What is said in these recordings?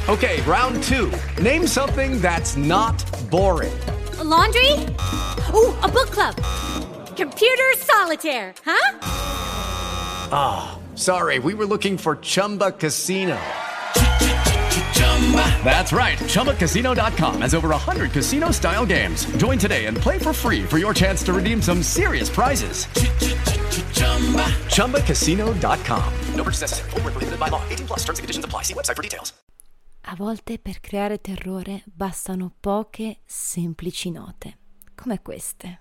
Okay, round 2. Name something that's not boring. A laundry? Ooh, a book club. Computer solitaire, huh? Ah, sorry, we were looking for Chumba Casino. That's right, ChumbaCasino.com has over 100 casino-style games. Join today and play for free for your chance to redeem some serious prizes. ChumbaCasino.com. No purchase necessary. Void where prohibited by law. 18+ terms and conditions apply. See website for details. A volte per creare terrore bastano poche semplici note, come queste.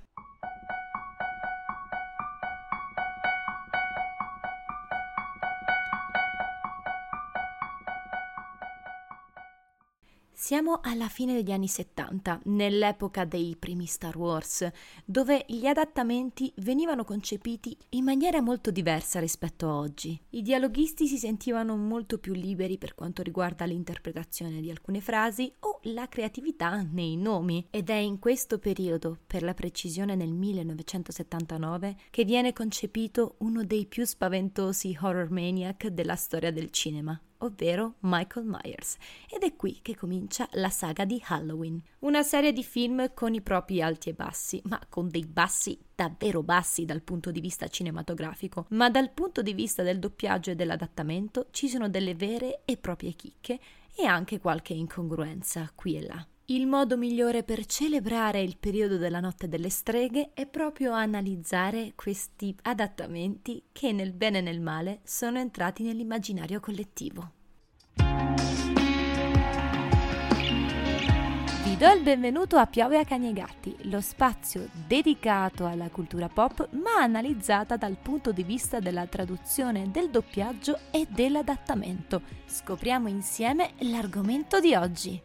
Siamo alla fine degli anni 70, nell'epoca dei primi Star Wars, dove gli adattamenti venivano concepiti in maniera molto diversa rispetto a oggi. I dialoghisti si sentivano molto più liberi per quanto riguarda l'interpretazione di alcune frasi o la creatività nei nomi, ed è in questo periodo, per la precisione nel 1979, che viene concepito uno dei più spaventosi horror maniac della storia del cinema, ovvero Michael Myers, ed è qui che comincia la saga di Halloween, una serie di film con i propri alti e bassi, ma con dei bassi davvero bassi dal punto di vista cinematografico, ma dal punto di vista del doppiaggio e dell'adattamento ci sono delle vere e proprie chicche e anche qualche incongruenza qui e là. Il modo migliore per celebrare il periodo della Notte delle Streghe è proprio analizzare questi adattamenti che nel bene e nel male sono entrati nell'immaginario collettivo. Vi do il benvenuto a Piove a Cani e Gatti, lo spazio dedicato alla cultura pop ma analizzata dal punto di vista della traduzione, del doppiaggio e dell'adattamento. Scopriamo insieme l'argomento di oggi.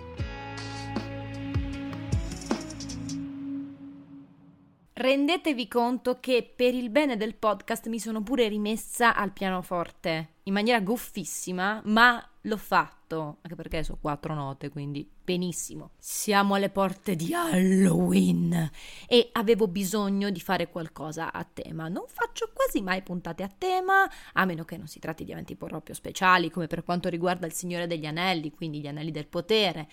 Rendetevi conto che per il bene del podcast mi sono pure rimessa al pianoforte in maniera goffissima, ma l'ho fatto, anche perché so 4 note, quindi benissimo. Siamo alle porte di Halloween e avevo bisogno di fare qualcosa a tema. Non faccio quasi mai puntate a tema, a meno che non si tratti di eventi proprio speciali, come per quanto riguarda il Signore degli Anelli, quindi gli Anelli del Potere.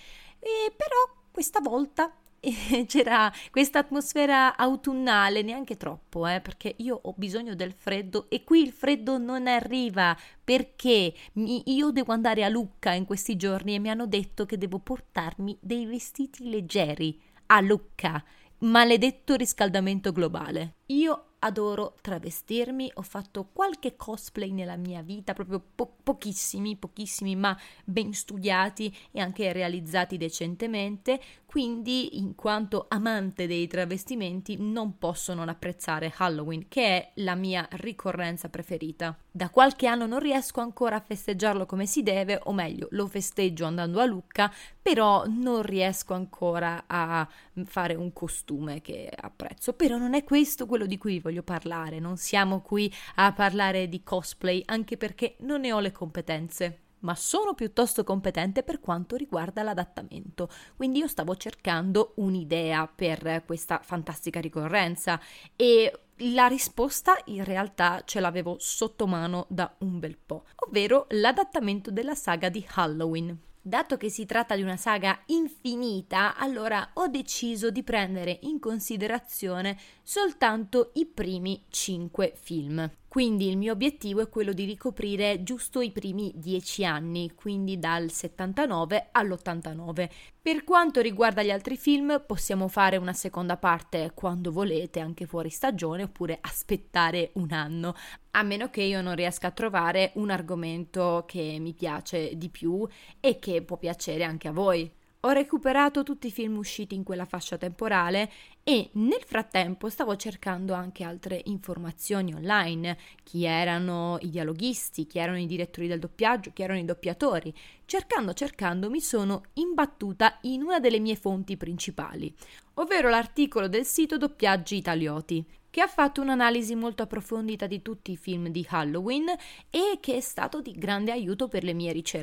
Però questa volta c'era questa atmosfera autunnale, neanche troppo, perché io ho bisogno del freddo e qui il freddo non arriva perché io devo andare a Lucca in questi giorni e mi hanno detto che devo portarmi dei vestiti leggeri a Lucca. Maledetto riscaldamento globale. Io adoro travestirmi, ho fatto qualche cosplay nella mia vita, proprio pochissimi, ma ben studiati e anche realizzati decentemente, quindi in quanto amante dei travestimenti non posso non apprezzare Halloween, che è la mia ricorrenza preferita. Da qualche anno non riesco ancora a festeggiarlo come si deve, o meglio, lo festeggio andando a Lucca, però non riesco ancora a fare un costume che apprezzo. Però non è questo quello di cui voglio parlare, non siamo qui a parlare di cosplay, anche perché non ne ho le competenze, ma sono piuttosto competente per quanto riguarda l'adattamento. Quindi io stavo cercando un'idea per questa fantastica ricorrenza e la risposta in realtà ce l'avevo sotto mano da un bel po', ovvero l'adattamento della saga di Halloween. Dato che si tratta di una saga infinita, allora ho deciso di prendere in considerazione soltanto i primi 5 film. Quindi il mio obiettivo è quello di ricoprire giusto i primi 10 anni, quindi dal 79 all'89. Per quanto riguarda gli altri film, possiamo fare una seconda parte quando volete, anche fuori stagione, oppure aspettare un anno, a meno che io non riesca a trovare un argomento che mi piace di più e che può piacere anche a voi. Ho recuperato tutti i film usciti in quella fascia temporale e nel frattempo stavo cercando anche altre informazioni online, chi erano i dialoghisti, chi erano i direttori del doppiaggio, chi erano i doppiatori. Cercando mi sono imbattuta in una delle mie fonti principali, ovvero l'articolo del sito Doppiaggi Italioti, che ha fatto un'analisi molto approfondita di tutti i film di Halloween e che è stato di grande aiuto per le mie ricerche.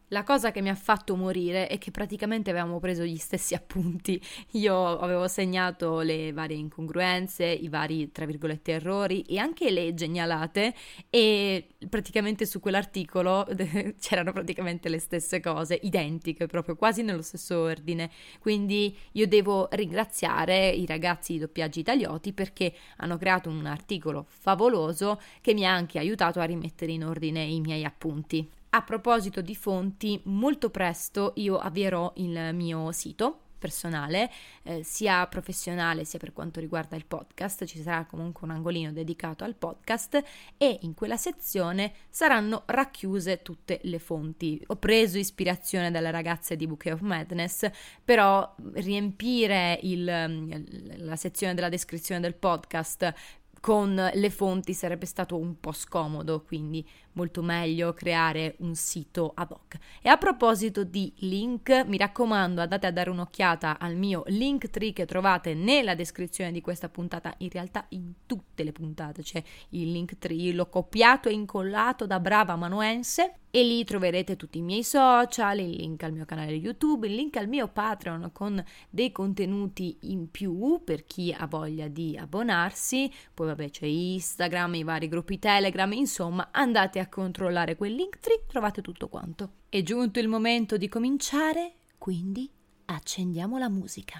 La cosa che mi ha fatto morire è che praticamente avevamo preso gli stessi appunti. Io avevo segnato le varie incongruenze, i vari, tra virgolette, errori e anche le genialate, e praticamente su quell'articolo c'erano praticamente le stesse cose, identiche, proprio quasi nello stesso ordine. Quindi io devo ringraziare i ragazzi di Doppiaggi Italioti perché hanno creato un articolo favoloso che mi ha anche aiutato a rimettere in ordine i miei appunti. A proposito di fonti, molto presto io avvierò il mio sito personale, sia professionale sia per quanto riguarda il podcast. Ci sarà comunque un angolino dedicato al podcast e in quella sezione saranno racchiuse tutte le fonti. Ho preso ispirazione dalle ragazze di Bouquet of Madness, però riempire la sezione della descrizione del podcast con le fonti sarebbe stato un po' scomodo, quindi molto meglio creare un sito ad hoc. E a proposito di link, mi raccomando, andate a dare un'occhiata al mio Linktree che trovate nella descrizione di questa puntata, in realtà in tutte le puntate c'è il Linktree, l'ho copiato e incollato da brava amanuense, e lì troverete tutti i miei social, il link al mio canale YouTube, il link al mio Patreon con dei contenuti in più per chi ha voglia di abbonarsi. Poi vabbè, c'è Instagram, i vari gruppi Telegram, insomma andate a controllare quel Linktree, trovate tutto quanto. È giunto il momento di cominciare, quindi accendiamo la musica.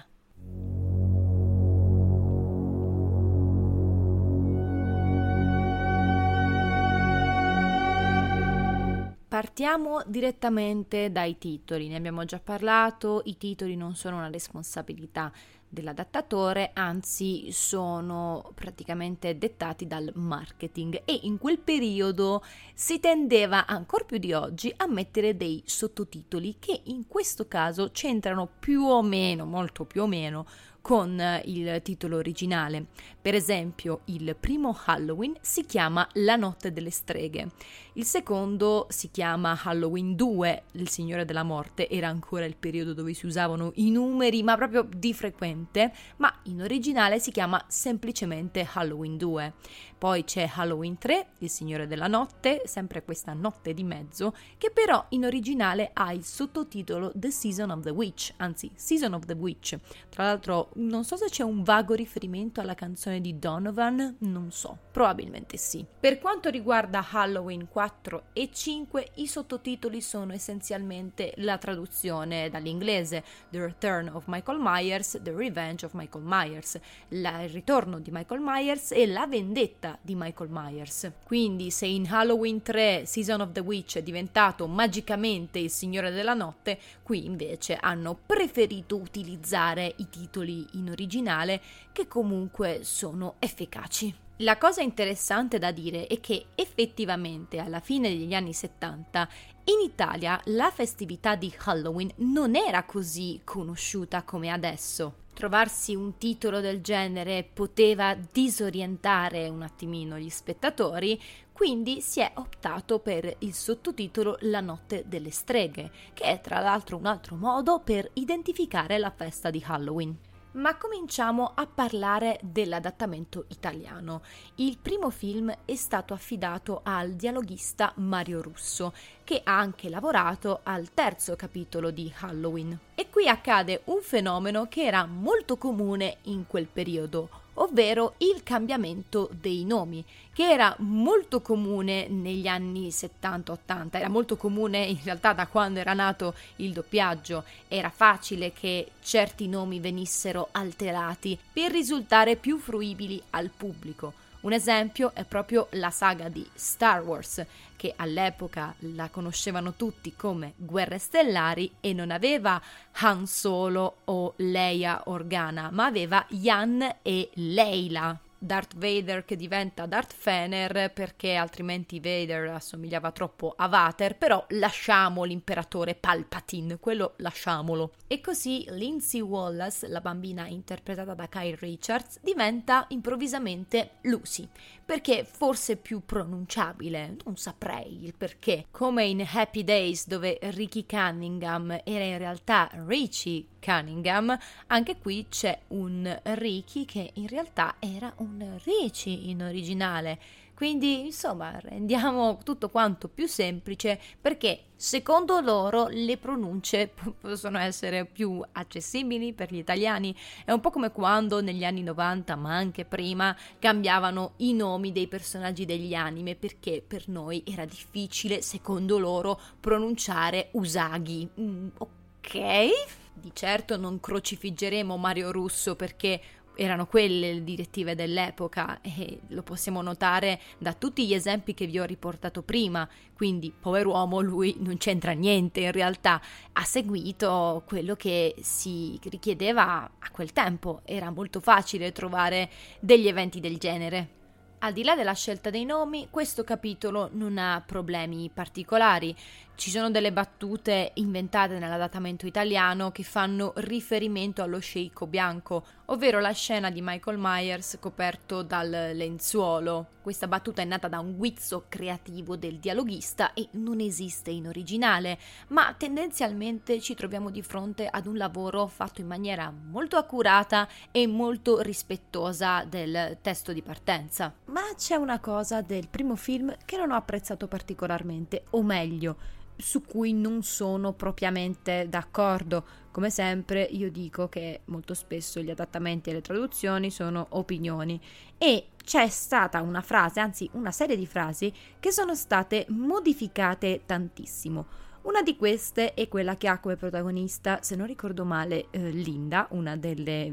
Partiamo direttamente dai titoli, ne abbiamo già parlato, i titoli non sono una responsabilità dell'adattatore, anzi sono praticamente dettati dal marketing, e in quel periodo si tendeva, ancor più di oggi, a mettere dei sottotitoli che in questo caso c'entrano più o meno, molto più o meno, con il titolo originale. Per esempio, il primo Halloween si chiama La notte delle streghe, il secondo si chiama Halloween 2, il Signore della Morte. Era ancora il periodo dove si usavano i numeri, ma proprio di frequente, ma in originale si chiama semplicemente Halloween 2. Poi c'è Halloween 3, il Signore della Notte, sempre questa notte di mezzo, che però in originale ha il sottotitolo The Season of the Witch, anzi Season of the Witch. Tra l'altro non so se c'è un vago riferimento alla canzone di Donovan, non so, probabilmente sì. Per quanto riguarda Halloween 4 e 5, i sottotitoli sono essenzialmente la traduzione dall'inglese The Return of Michael Myers, The Revenge of Michael Myers, il ritorno di Michael Myers e la vendetta di Michael Myers. Quindi se in Halloween 3 Season of the Witch è diventato magicamente il Signore della Notte, qui invece hanno preferito utilizzare i titoli in originale, che comunque sono efficaci. La cosa interessante da dire è che effettivamente alla fine degli anni 70 in Italia la festività di Halloween non era così conosciuta come adesso. Trovarsi un titolo del genere poteva disorientare un attimino gli spettatori, quindi si è optato per il sottotitolo La notte delle streghe, che è tra l'altro un altro modo per identificare la festa di Halloween. Ma cominciamo a parlare dell'adattamento italiano. Il primo film è stato affidato al dialoghista Mario Russo, che ha anche lavorato al terzo capitolo di Halloween. E qui accade un fenomeno che era molto comune in quel periodo, ovvero il cambiamento dei nomi, che era molto comune negli anni 70-80, era molto comune in realtà da quando era nato il doppiaggio. Era facile che certi nomi venissero alterati per risultare più fruibili al pubblico. Un esempio è proprio la saga di Star Wars, che all'epoca la conoscevano tutti come Guerre Stellari e non aveva Han Solo o Leia Organa, ma aveva Ian e Leila. Darth Vader che diventa Darth Fener perché altrimenti Vader assomigliava troppo a Vader, però lasciamo l'imperatore Palpatine, quello lasciamolo. E così Lindsay Wallace, la bambina interpretata da Kyle Richards, diventa improvvisamente Lucy, perché forse più pronunciabile, non saprei il perché. Come in Happy Days, dove Ricky Cunningham era in realtà Richie Cunningham, anche qui c'è un Ricky che in realtà era un Richie in originale. Quindi, insomma, rendiamo tutto quanto più semplice perché, secondo loro, le pronunce possono essere più accessibili per gli italiani. È un po' come quando negli anni 90, ma anche prima, cambiavano i nomi dei personaggi degli anime perché per noi era difficile, secondo loro, pronunciare Usagi. Ok? Di certo non crocifiggeremo Mario Russo perché erano quelle le direttive dell'epoca e lo possiamo notare da tutti gli esempi che vi ho riportato prima, quindi pover'uomo, lui non c'entra niente in realtà, ha seguito quello che si richiedeva a quel tempo, era molto facile trovare degli eventi del genere. Al di là della scelta dei nomi, questo capitolo non ha problemi particolari. Ci sono delle battute inventate nell'adattamento italiano che fanno riferimento allo sceicco bianco, ovvero la scena di Michael Myers coperto dal lenzuolo. Questa battuta è nata da un guizzo creativo del dialoghista e non esiste in originale, ma tendenzialmente ci troviamo di fronte ad un lavoro fatto in maniera molto accurata e molto rispettosa del testo di partenza. Ma c'è una cosa del primo film che non ho apprezzato particolarmente, o meglio, su cui non sono propriamente d'accordo. Come sempre io dico che molto spesso gli adattamenti e le traduzioni sono opinioni e c'è stata una frase, anzi una serie di frasi che sono state modificate tantissimo. Una di queste è quella che ha come protagonista, se non ricordo male, Linda, una delle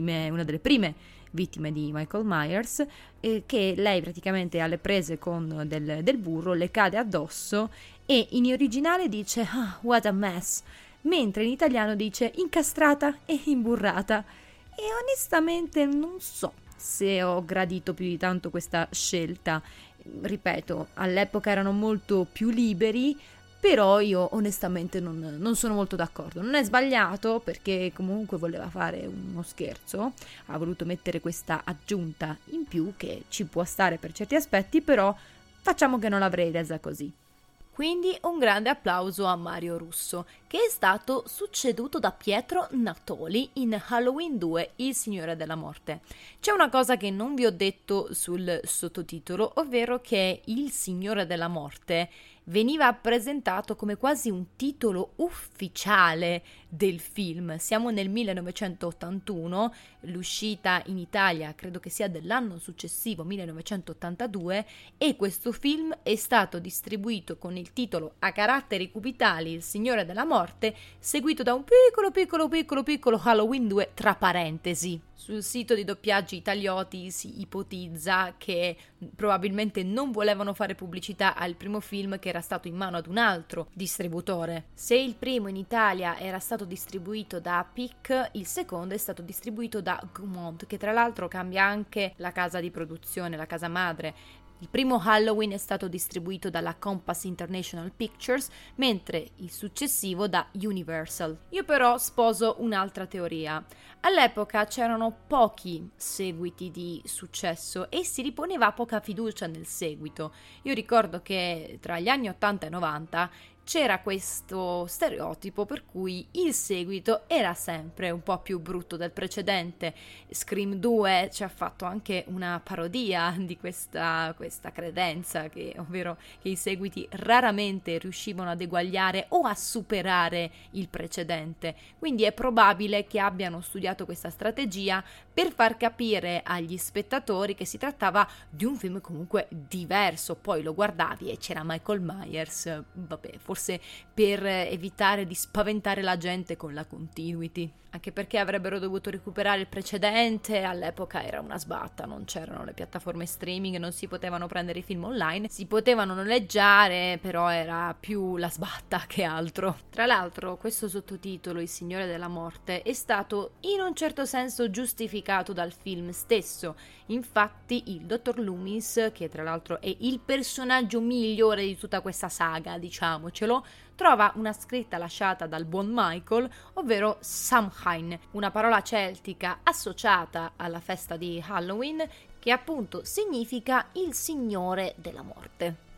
prime vittime di Michael Myers, che lei praticamente alle prese con del burro, le cade addosso e in originale dice what a mess, mentre in italiano dice incastrata e imburrata. E onestamente non so se ho gradito più di tanto questa scelta. Ripeto, all'epoca erano molto più liberi, però io onestamente non sono molto d'accordo. Non è sbagliato perché comunque voleva fare uno scherzo, ha voluto mettere questa aggiunta in più che ci può stare per certi aspetti, però facciamo che non l'avrei resa così. Quindi un grande applauso a Mario Russo, che è stato succeduto da Pietro Natoli in Halloween 2, Il Signore della Morte. C'è una cosa che non vi ho detto sul sottotitolo, ovvero che Il Signore della Morte veniva presentato come quasi un titolo ufficiale del film. Siamo nel 1981, l'uscita in Italia credo che sia dell'anno successivo, 1982, e questo film è stato distribuito con il titolo a caratteri cubitali Il Signore della Morte, seguito da un piccolo Halloween 2 tra parentesi. Sul sito di doppiaggi italioti si ipotizza che probabilmente non volevano fare pubblicità al primo film che era stato in mano ad un altro distributore. Se il primo in Italia era stato distribuito da PIC, il secondo è stato distribuito da Gaumont, che tra l'altro cambia anche la casa di produzione, la casa madre. Il primo Halloween è stato distribuito dalla Compass International Pictures, mentre il successivo da Universal. Io però sposo un'altra teoria. All'epoca c'erano pochi seguiti di successo e si riponeva poca fiducia nel seguito. Io ricordo che tra gli anni 80 e 90 c'era questo stereotipo per cui il seguito era sempre un po' più brutto del precedente. Scream 2 ci ha fatto anche una parodia di questa credenza, ovvero che i seguiti raramente riuscivano ad eguagliare o a superare il precedente. Quindi è probabile che abbiano studiato questa strategia per far capire agli spettatori che si trattava di un film comunque diverso. Poi lo guardavi e c'era Michael Myers, vabbè, forse per evitare di spaventare la gente con la continuity, anche perché avrebbero dovuto recuperare il precedente. All'epoca era una sbatta, non c'erano le piattaforme streaming, non si potevano prendere i film online, si potevano noleggiare, però era più la sbatta che altro. Tra l'altro questo sottotitolo, Il Signore della Morte, è stato in un certo senso giustificato dal film stesso. Infatti il Dottor Loomis, che tra l'altro è il personaggio migliore di tutta questa saga, diciamocelo, trova una scritta lasciata dal buon Michael, ovvero Samhain, una parola celtica associata alla festa di Halloween che appunto significa il Signore della Morte.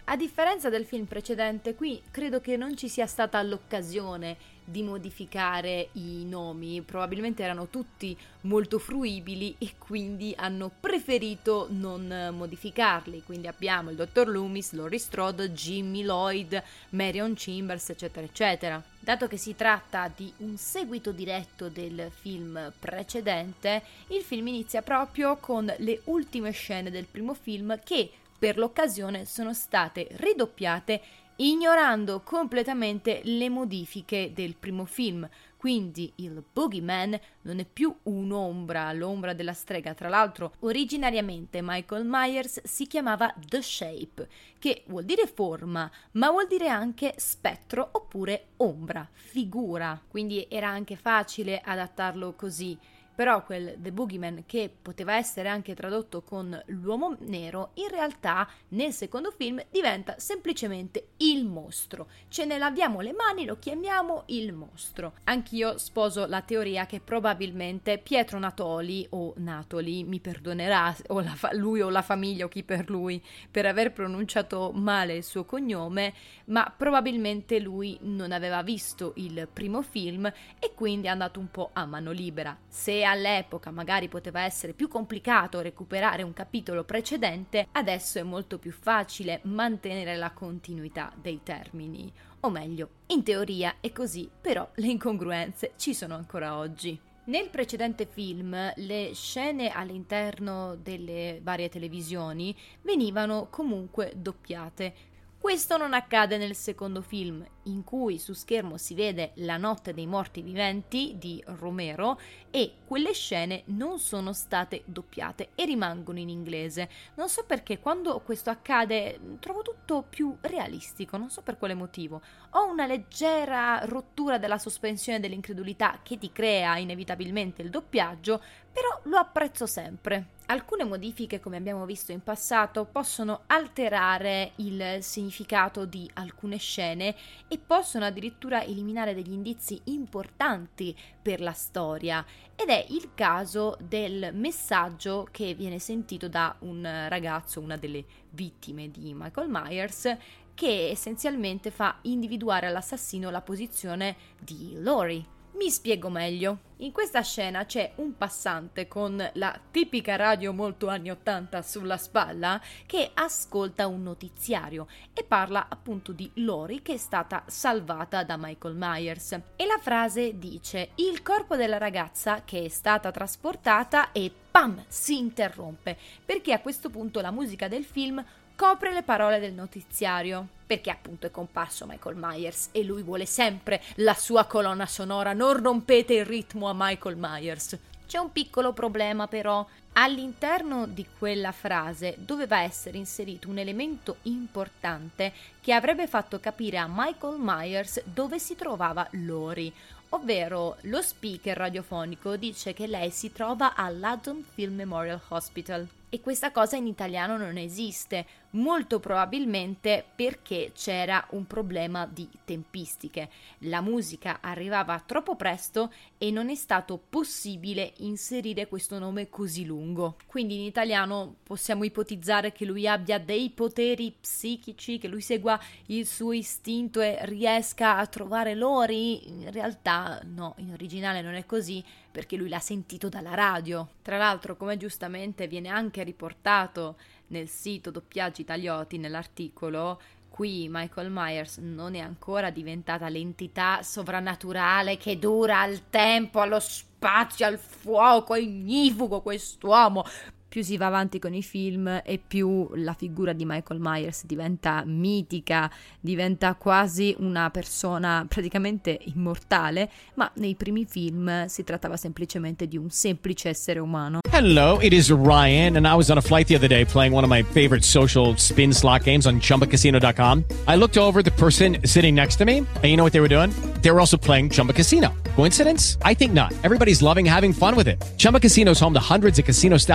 A differenza del film precedente, qui credo che non ci sia stata l'occasione di modificare i nomi, probabilmente erano tutti molto fruibili e quindi hanno preferito non modificarli, quindi abbiamo il Dr. Loomis, Laurie Strode, Jimmy Lloyd, Marion Chambers, eccetera eccetera. Dato che si tratta di un seguito diretto del film precedente, il film inizia proprio con le ultime scene del primo film che per l'occasione sono state ridoppiate ignorando completamente le modifiche del primo film. Quindi il Boogeyman non è più un'ombra, l'ombra della strega. Tra l'altro, originariamente Michael Myers si chiamava The Shape, che vuol dire forma, ma vuol dire anche spettro oppure ombra, figura. Quindi era anche facile adattarlo così. Però quel The Boogeyman, che poteva essere anche tradotto con l'uomo nero, in realtà nel secondo film diventa semplicemente il mostro. Ce ne laviamo le mani, lo chiamiamo il mostro. Anch'io sposo la teoria che probabilmente Pietro Natoli, o Natoli, mi perdonerà, o lui o la famiglia o chi per lui, per aver pronunciato male il suo cognome, ma probabilmente lui non aveva visto il primo film e quindi è andato un po' a mano libera. Se all'epoca magari poteva essere più complicato recuperare un capitolo precedente, adesso è molto più facile mantenere la continuità dei termini. O meglio, in teoria è così, però le incongruenze ci sono ancora oggi. Nel precedente film le scene all'interno delle varie televisioni venivano comunque doppiate. Questo non accade nel secondo film, in cui su schermo si vede La notte dei morti viventi di Romero e quelle scene non sono state doppiate e rimangono in inglese. Non so perché quando questo accade trovo tutto più realistico, non so per quale motivo. Ho una leggera rottura della sospensione dell'incredulità che ti crea inevitabilmente il doppiaggio, però lo apprezzo sempre. Alcune modifiche, come abbiamo visto in passato, possono alterare il significato di alcune scene e possono addirittura eliminare degli indizi importanti per la storia. Ed è il caso del messaggio che viene sentito da un ragazzo, una delle vittime di Michael Myers, che essenzialmente fa individuare all'assassino la posizione di Laurie. Mi spiego meglio. In questa scena c'è un passante con la tipica radio molto anni 80 sulla spalla che ascolta un notiziario e parla appunto di Laurie che è stata salvata da Michael Myers. E la frase dice: il corpo della ragazza che è stata trasportata e pam! Si interrompe perché a questo punto la musica del film copre le parole del notiziario, perché appunto è comparso Michael Myers e lui vuole sempre la sua colonna sonora. Non rompete il ritmo a Michael Myers. C'è un piccolo problema però. All'interno di quella frase doveva essere inserito un elemento importante che avrebbe fatto capire a Michael Myers dove si trovava Laurie, ovvero lo speaker radiofonico dice che lei si trova all'Haddonfield Memorial Hospital. E questa cosa in italiano non esiste, molto probabilmente perché c'era un problema di tempistiche. La musica arrivava troppo presto e non è stato possibile inserire questo nome così lungo. Quindi in italiano possiamo ipotizzare che lui abbia dei poteri psichici, che lui segua il suo istinto e riesca a trovare Laurie. In realtà no, in originale non è così, perché lui l'ha sentito dalla radio. Tra l'altro, come giustamente viene anche riportato nel sito Doppiaggi Italioti, nell'articolo, qui Michael Myers non è ancora diventata l'entità sovrannaturale che dura al tempo, allo spazio, al fuoco, è ignifugo quest'uomo. Più si va avanti con i film e più la figura di Michael Myers diventa mitica, diventa quasi una persona praticamente immortale, ma nei primi film si trattava semplicemente di un semplice essere umano. Hello, it is Ryan, and I was on a flight the other day playing one of my favorite social spin slot games on ChumbaCasino.com. I looked over at the person sitting next to me, and you know what they were doing? They were also playing Chumba Casino. Coincidence? I think not. Everybody's loving having fun with it. Chumba Casino is home to hundreds of casino-style games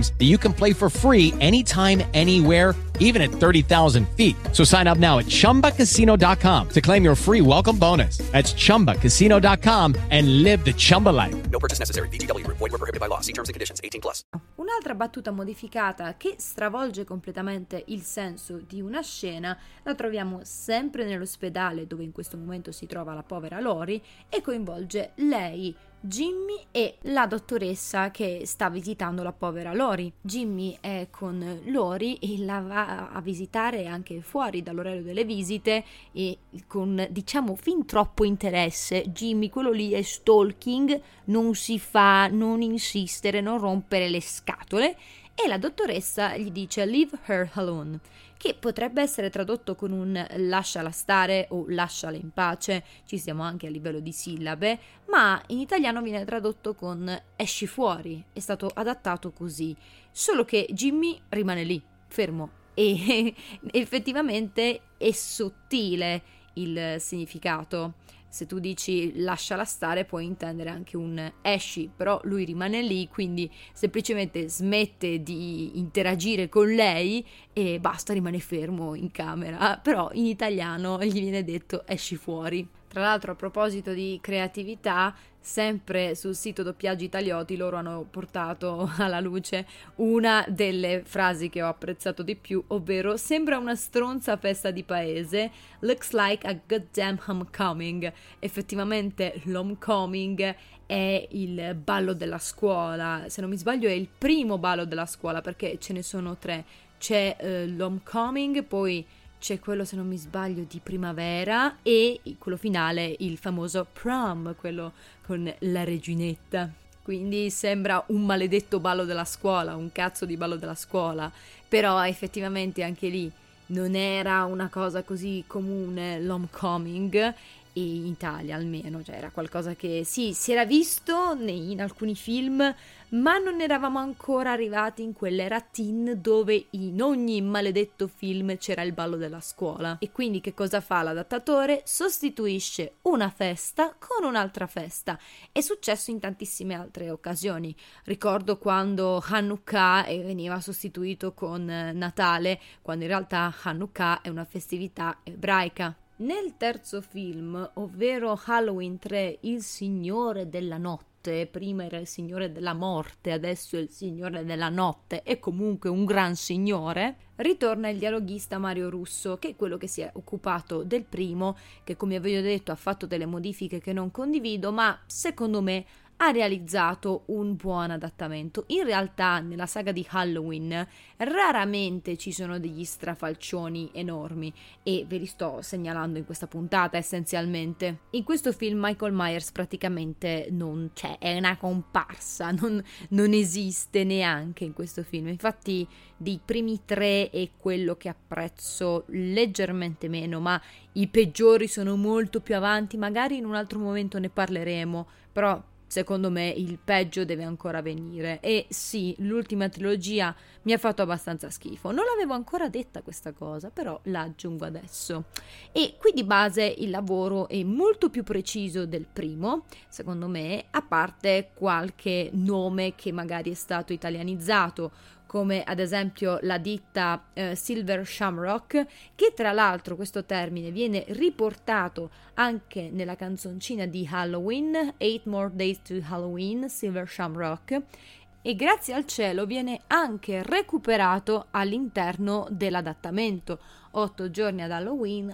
that you can play for free anytime, anywhere, even at 30,000 feet. So sign up now at ChumbaCasino.com to claim your free welcome bonus. That's ChumbaCasino.com and live the Chumba life. No purchase necessary. VGW Group. Void were prohibited by law. See terms and conditions. 18+. Un'altra battuta modificata che stravolge completamente il senso di una scena la troviamo sempre nell'ospedale dove in questo momento si trova la povera Lori e coinvolge lei, Jimmy e la dottoressa che sta visitando la povera Lori. Jimmy è con Lori e la va a visitare anche fuori dall'orario delle visite e con, diciamo, fin troppo interesse. Jimmy, quello lì è stalking, non si fa, non insistere, non rompere le scatole, e la dottoressa gli dice leave her alone, che potrebbe essere tradotto con un lasciala stare o lasciala in pace, ci siamo anche a livello di sillabe, ma in italiano viene tradotto con esci fuori, è stato adattato così, solo che Jimmy rimane lì, fermo, e effettivamente è sottile il significato. Se tu dici lasciala stare puoi intendere anche un esci, però lui rimane lì, quindi semplicemente smette di interagire con lei e basta, rimane fermo in camera, però in italiano gli viene detto esci fuori. Tra l'altro, a proposito di creatività, sempre sul sito Doppiaggi Italioti loro hanno portato alla luce una delle frasi che ho apprezzato di più, ovvero sembra una stronza festa di paese, looks like a goddamn homecoming. Effettivamente l'homecoming è il ballo della scuola, se non mi sbaglio è il primo ballo della scuola perché ce ne sono 3, c'è l'homecoming, poi c'è quello, se non mi sbaglio, di primavera e quello finale, il famoso prom, quello con la reginetta. Quindi sembra un maledetto ballo della scuola, un cazzo di ballo della scuola, però effettivamente anche lì non era una cosa così comune l'homecoming, e in Italia almeno, cioè era qualcosa che sì, si era visto in alcuni film, ma non eravamo ancora arrivati in quell'era teen dove in ogni maledetto film c'era il ballo della scuola. E quindi che cosa fa l'adattatore? Sostituisce una festa con un'altra festa. È successo in tantissime altre occasioni. Ricordo quando Hanukkah veniva sostituito con Natale, quando in realtà Hanukkah è una festività ebraica. Nel terzo film, ovvero Halloween 3, il Signore della Notte, prima era il Signore della Morte, adesso è il Signore della Notte, è comunque un gran signore, ritorna il dialoghista Mario Russo, che è quello che si è occupato del primo, che come avevo detto ha fatto delle modifiche che non condivido, ma secondo me ha realizzato un buon adattamento. In realtà nella saga di Halloween raramente ci sono degli strafalcioni enormi e ve li sto segnalando in questa puntata essenzialmente. In questo film Michael Myers praticamente non c'è, è una comparsa, non esiste neanche in questo film. Infatti dei primi 3 è quello che apprezzo leggermente meno, ma i peggiori sono molto più avanti, magari in un altro momento ne parleremo, però secondo me il peggio deve ancora venire. E sì, l'ultima trilogia mi ha fatto abbastanza schifo. Non l'avevo ancora detta questa cosa, però la aggiungo adesso. E qui di base il lavoro è molto più preciso del primo, secondo me, a parte qualche nome che magari è stato italianizzato, come ad esempio la ditta Silver Shamrock, che tra l'altro questo termine viene riportato anche nella canzoncina di Halloween, 8 More Days to Halloween, Silver Shamrock, e grazie al cielo viene anche recuperato all'interno dell'adattamento. 8 giorni ad Halloween,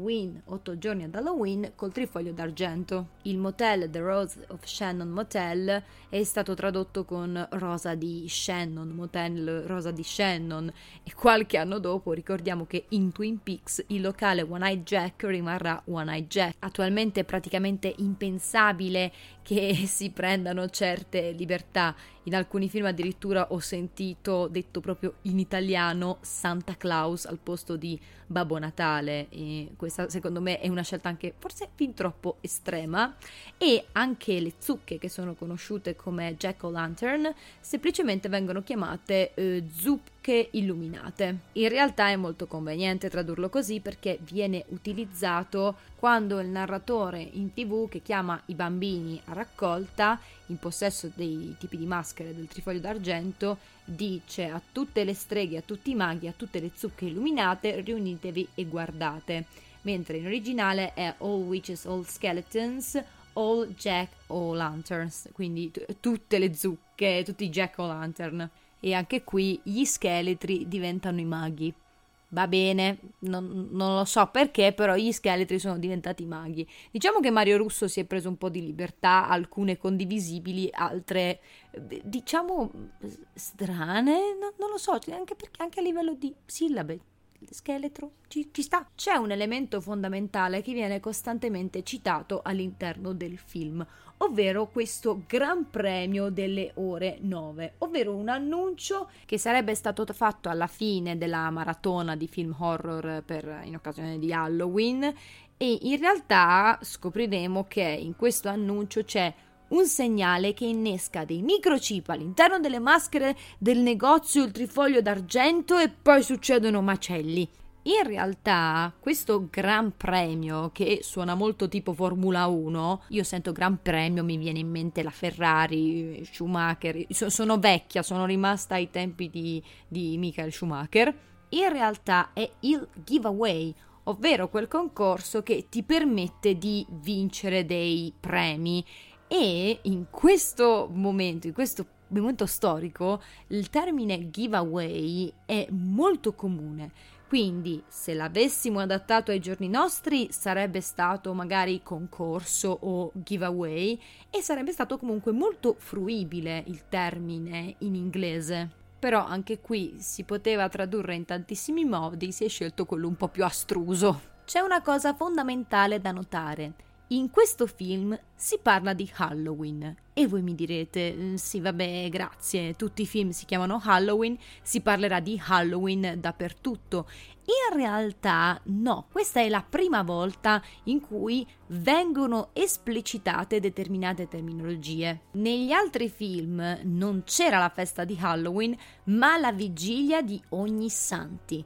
8 giorni ad Halloween col trifoglio d'argento. Il motel The Rose of Shannon Motel è stato tradotto con Rosa di Shannon, Motel Rosa di Shannon, e qualche anno dopo ricordiamo che in Twin Peaks il locale One Eye Jack rimarrà One Eye Jack. Attualmente è praticamente impensabile che si prendano certe libertà. In alcuni film addirittura ho sentito detto proprio in italiano Santa Claus al posto di Babbo Natale, e questa secondo me è una scelta anche forse fin troppo estrema. E anche le zucche, che sono conosciute come Jack-o'-lantern, semplicemente vengono chiamate zucche illuminate. In realtà è molto conveniente tradurlo così perché viene utilizzato quando il narratore in TV, che chiama i bambini a raccolta in possesso dei tipi di maschere del trifoglio d'argento, dice a tutte le streghe, a tutti i maghi, a tutte le zucche illuminate, riunitevi e guardate, mentre in originale è all witches, all skeletons, all jack o' lanterns, quindi tutte le zucche, tutti i jack o' lantern. E anche qui gli scheletri diventano i maghi. Va bene, non lo so perché, però gli scheletri sono diventati maghi. Diciamo che Mario Russo si è preso un po' di libertà, alcune condivisibili, altre diciamo strane, non lo so, anche perché anche a livello di sillabe. Scheletro ci sta. C'è un elemento fondamentale che viene costantemente citato all'interno del film, ovvero questo Gran Premio delle ore 9, ovvero un annuncio che sarebbe stato fatto alla fine della maratona di film horror in occasione di Halloween, e in realtà scopriremo che in questo annuncio c'è un segnale che innesca dei microchip all'interno delle maschere del negozio Il Trifoglio d'Argento e poi succedono macelli. In realtà questo Gran Premio, che suona molto tipo Formula 1, io sento Gran Premio, mi viene in mente la Ferrari, Schumacher, sono vecchia, sono rimasta ai tempi di Michael Schumacher. In realtà è il giveaway, ovvero quel concorso che ti permette di vincere dei premi. E in questo momento storico, il termine giveaway è molto comune. Quindi, se l'avessimo adattato ai giorni nostri, sarebbe stato magari concorso o giveaway, e sarebbe stato comunque molto fruibile il termine in inglese. Però anche qui si poteva tradurre in tantissimi modi, si è scelto quello un po' più astruso. C'è una cosa fondamentale da notare. In questo film si parla di Halloween e voi mi direte, sì vabbè grazie, tutti i film si chiamano Halloween, si parlerà di Halloween dappertutto. In realtà no, questa è la prima volta in cui vengono esplicitate determinate terminologie. Negli altri film non c'era la festa di Halloween, ma la vigilia di Ognissanti.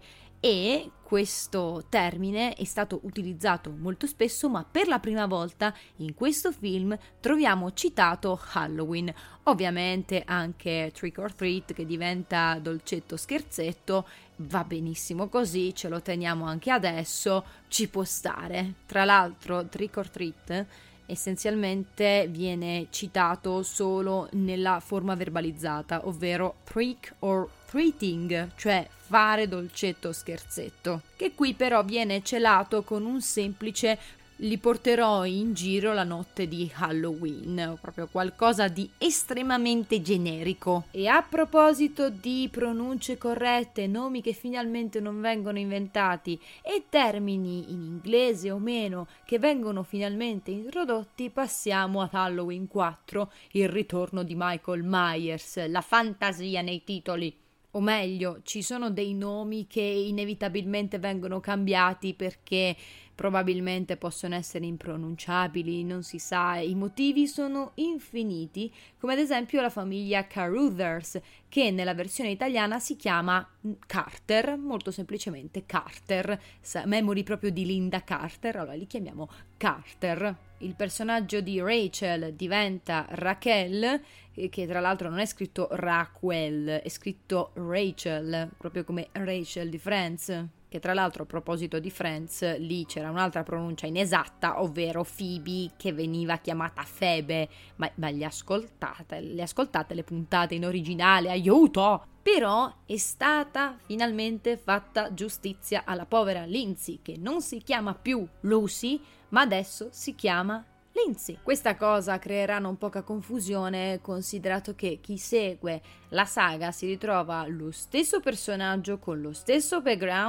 E questo termine è stato utilizzato molto spesso, ma per la prima volta in questo film troviamo citato Halloween. Ovviamente anche Trick or Treat, che diventa dolcetto scherzetto, va benissimo così, ce lo teniamo anche adesso, ci può stare. Tra l'altro Trick or Treat essenzialmente viene citato solo nella forma verbalizzata, ovvero trick or treating, cioè fare dolcetto scherzetto, che qui però viene celato con un semplice li porterò in giro la notte di Halloween, proprio qualcosa di estremamente generico. E a proposito di pronunce corrette, nomi che finalmente non vengono inventati e termini in inglese o meno che vengono finalmente introdotti, passiamo a Halloween 4, il ritorno di Michael Myers, la fantasia nei titoli. O meglio, ci sono dei nomi che inevitabilmente vengono cambiati perché probabilmente possono essere impronunciabili, non si sa, i motivi sono infiniti, come ad esempio la famiglia Caruthers, che nella versione italiana si chiama Carter, molto semplicemente Carter, memory proprio di Linda Carter, allora li chiamiamo Carter. Il personaggio di Rachel diventa Raquel, che tra l'altro non è scritto Raquel, è scritto Rachel, proprio come Rachel di Friends, che tra l'altro a proposito di Friends lì c'era un'altra pronuncia inesatta, ovvero Phoebe, che veniva chiamata Febe, ma le ascoltate le puntate in originale, aiuto! Però è stata finalmente fatta giustizia alla povera Lindsay, che non si chiama più Lucy, ma adesso si chiama Lindsay. Questa cosa creerà non poca confusione, considerato che chi segue la saga si ritrova lo stesso personaggio con lo stesso background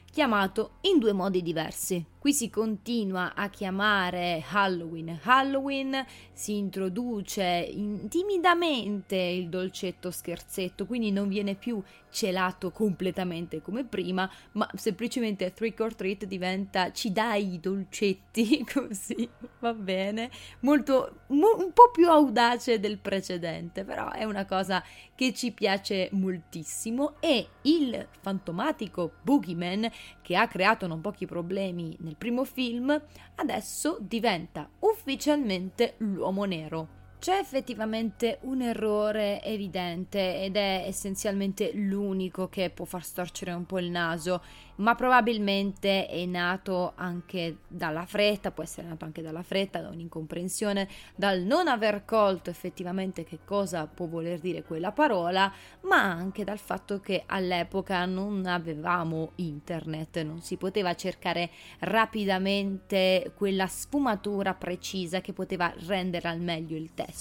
chiamato in due modi diversi. Qui si continua a chiamare Halloween Halloween, si introduce timidamente il dolcetto scherzetto, quindi non viene più celato completamente come prima, ma semplicemente Trick or Treat diventa ci dai i dolcetti, così, va bene, un po' più audace del precedente, però è una cosa che ci piace moltissimo. E il fantomatico Boogeyman, che ha creato non pochi problemi nel primo film, adesso diventa ufficialmente l'uomo nero. C'è effettivamente un errore evidente ed è essenzialmente l'unico che può far storcere un po' il naso, ma probabilmente è nato anche dalla fretta, può essere nato anche dalla fretta, da un'incomprensione, dal non aver colto effettivamente che cosa può voler dire quella parola, ma anche dal fatto che all'epoca non avevamo internet, non si poteva cercare rapidamente quella sfumatura precisa che poteva rendere al meglio il testo.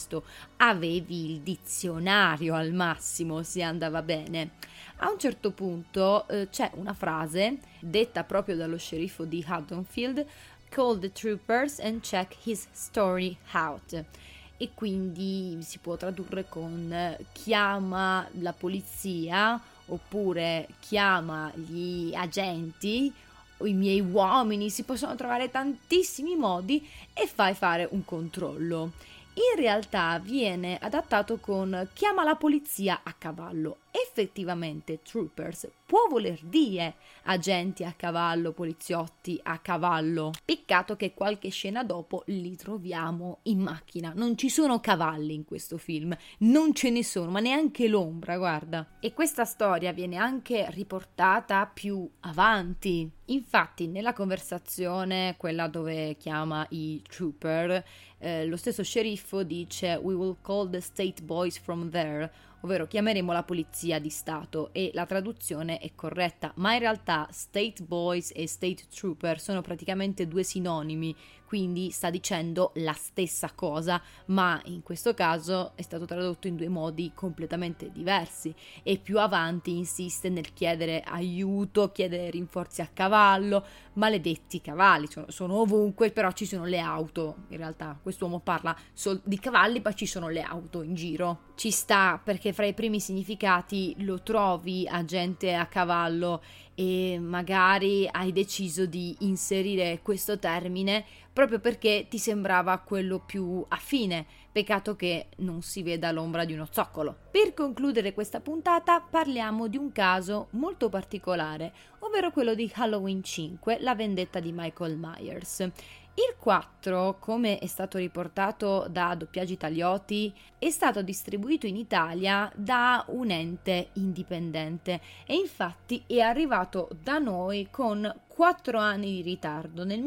Avevi il dizionario al massimo, se andava bene. A un certo punto c'è una frase detta proprio dallo sceriffo di Haddonfield: "Call the troopers and check his story out", e quindi si può tradurre con chiama la polizia oppure chiama gli agenti o i miei uomini, si possono trovare tantissimi modi, e fai fare un controllo. In realtà viene adattato con chiama la polizia a cavallo. Effettivamente troopers può voler dire agenti a cavallo, poliziotti a cavallo. Peccato che qualche scena dopo li troviamo in macchina. Non ci sono cavalli in questo film, non ce ne sono, ma neanche l'ombra, guarda. E questa storia viene anche riportata più avanti. Infatti nella conversazione, quella dove chiama i trooper, lo stesso sceriffo dice "We will call the state boys from there", ovvero chiameremo la polizia di Stato, e la traduzione è corretta, ma in realtà State Boys e State Trooper sono praticamente due sinonimi, quindi sta dicendo la stessa cosa, ma in questo caso è stato tradotto in due modi completamente diversi, e più avanti insiste nel chiedere aiuto, chiedere rinforzi a cavallo. Maledetti cavalli, sono ovunque, però ci sono le auto. In realtà quest'uomo parla di cavalli, ma ci sono le auto in giro. Ci sta, perché fra i primi significati lo trovi agente a cavallo, e magari hai deciso di inserire questo termine proprio perché ti sembrava quello più affine. Peccato che non si veda l'ombra di uno zoccolo. Per concludere questa puntata parliamo di un caso molto particolare, ovvero quello di Halloween 5, la vendetta di Michael Myers. Il 4, come è stato riportato da Doppiaggi Italioti, è stato distribuito in Italia da un ente indipendente e infatti è arrivato da noi con 4 anni di ritardo, nel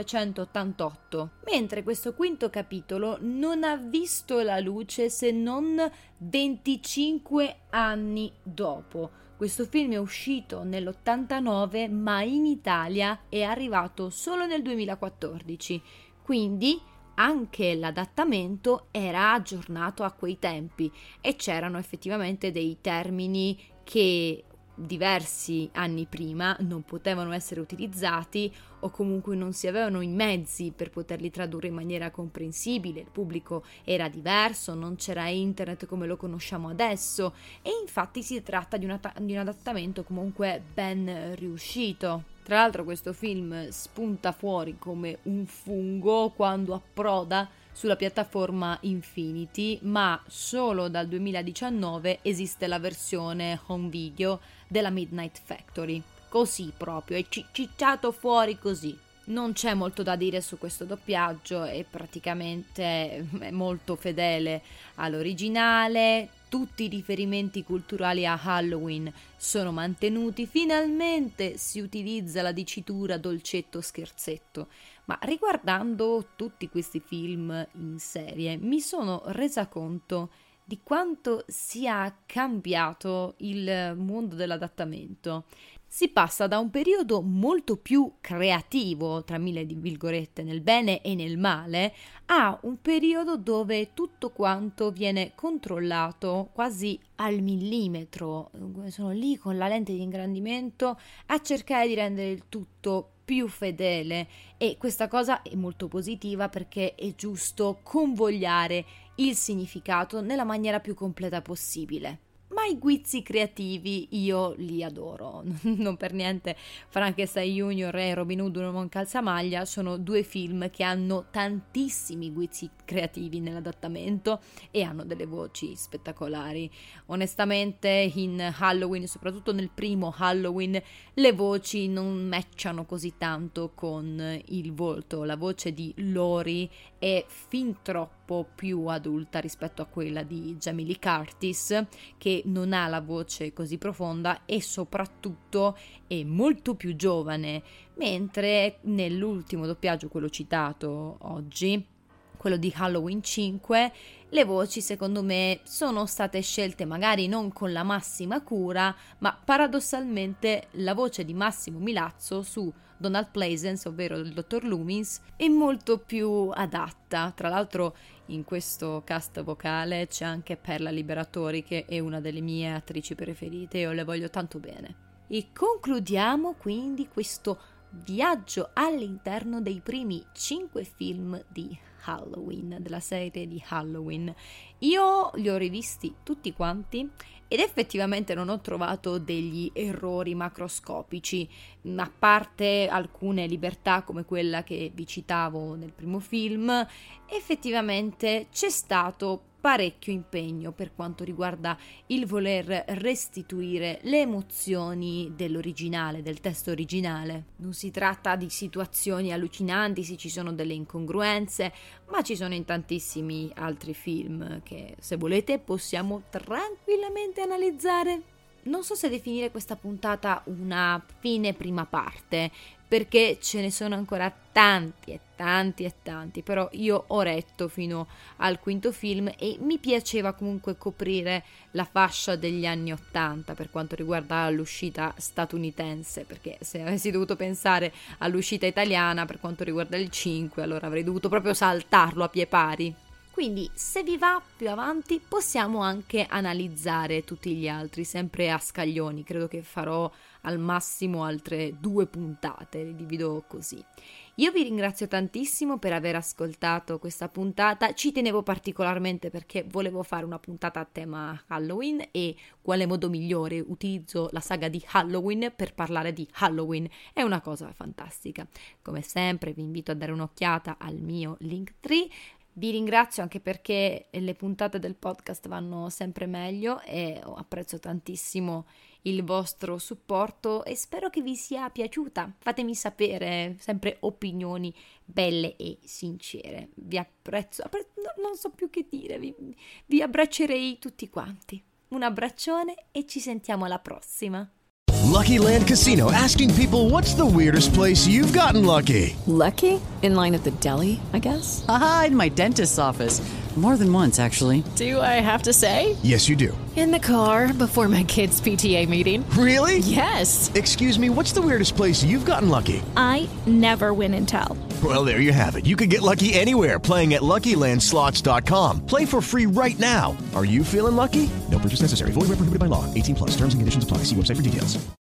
1988, mentre questo quinto capitolo non ha visto la luce se non 25 anni dopo. Questo film è uscito nell'89, ma in Italia è arrivato solo nel 2014, quindi anche l'adattamento era aggiornato a quei tempi e c'erano effettivamente dei termini che diversi anni prima non potevano essere utilizzati, o comunque non si avevano i mezzi per poterli tradurre in maniera comprensibile. Il pubblico era diverso, non c'era internet come lo conosciamo adesso, e infatti si tratta di un adattamento comunque ben riuscito. Tra l'altro questo film spunta fuori come un fungo quando approda sulla piattaforma Infinity, ma solo dal 2019 esiste la versione home video della Midnight Factory. Così proprio, è cicciato fuori così. Non c'è molto da dire su questo doppiaggio, è praticamente molto fedele all'originale. Tutti i riferimenti culturali a Halloween sono mantenuti, finalmente si utilizza la dicitura dolcetto scherzetto. Ma riguardando tutti questi film in serie mi sono resa conto di quanto sia cambiato il mondo dell'adattamento. Si passa da un periodo molto più creativo, tra mille di virgolette, nel bene e nel male, a un periodo dove tutto quanto viene controllato quasi al millimetro. Sono lì con la lente di ingrandimento a cercare di rendere il tutto più fedele, e questa cosa è molto positiva perché è giusto convogliare il significato nella maniera più completa possibile. Ma i guizzi creativi io li adoro, non per niente Frankenstein Junior e Robin Hood un uomo in calzamaglia sono due film che hanno tantissimi guizzi creativi nell'adattamento e hanno delle voci spettacolari. Onestamente in Halloween, soprattutto nel primo Halloween, le voci non matchano così tanto con il volto. La voce di Laurie è fin troppo più adulta rispetto a quella di Jamie Lee Curtis, che non ha la voce così profonda e soprattutto è molto più giovane, mentre nell'ultimo doppiaggio, quello citato oggi, quello di Halloween 5, le voci secondo me sono state scelte magari non con la massima cura, ma paradossalmente la voce di Massimo Milazzo su Donald Pleasence, ovvero il dottor Loomis, è molto più adatta. Tra l'altro in questo cast vocale c'è anche Perla Liberatori, che è una delle mie attrici preferite, io le voglio tanto bene. E concludiamo quindi questo viaggio all'interno dei primi 5 film di Halloween, della serie di Halloween. Io li ho rivisti tutti quanti ed effettivamente non ho trovato degli errori macroscopici, a parte alcune libertà come quella che vi citavo nel primo film. Effettivamente c'è stato parecchio impegno per quanto riguarda il voler restituire le emozioni dell'originale, del testo originale. Non si tratta di situazioni allucinanti, sì, ci sono delle incongruenze, ma ci sono in tantissimi altri film che, se volete, possiamo tranquillamente analizzare. Non so se definire questa puntata una fine prima parte, perché ce ne sono ancora tanti, però io ho retto fino al quinto film e mi piaceva comunque coprire la fascia degli anni '80 per quanto riguarda l'uscita statunitense, perché se avessi dovuto pensare all'uscita italiana per quanto riguarda il 5, allora avrei dovuto proprio saltarlo a pie pari. Quindi, se vi va, più avanti possiamo anche analizzare tutti gli altri, sempre a scaglioni. Credo che farò al massimo altre 2 puntate, le divido così. Io vi ringrazio tantissimo per aver ascoltato questa puntata, ci tenevo particolarmente perché volevo fare una puntata a tema Halloween e quale modo migliore, utilizzo la saga di Halloween per parlare di Halloween, è una cosa fantastica. Come sempre vi invito a dare un'occhiata al mio Linktree. Vi ringrazio anche perché le puntate del podcast vanno sempre meglio e apprezzo tantissimo il vostro supporto e spero che vi sia piaciuta. Fatemi sapere, sempre opinioni belle e sincere. Vi apprezzo, non so più che dire, vi abbraccerei tutti quanti. Un abbraccione e ci sentiamo alla prossima. Lucky Land Casino, asking people, what's the weirdest place you've gotten lucky? Lucky? In line at the deli, I guess? Aha, in my dentist's office. More than once, actually. Do I have to say? Yes, you do. In the car before my kids' PTA meeting. Really? Yes. Excuse me, what's the weirdest place you've gotten lucky? I never win and tell. Well, there you have it. You can get lucky anywhere, playing at LuckyLandSlots.com. Play for free right now. Are you feeling lucky? No purchase necessary. Void where prohibited by law. 18+. Terms and conditions apply. See website for details.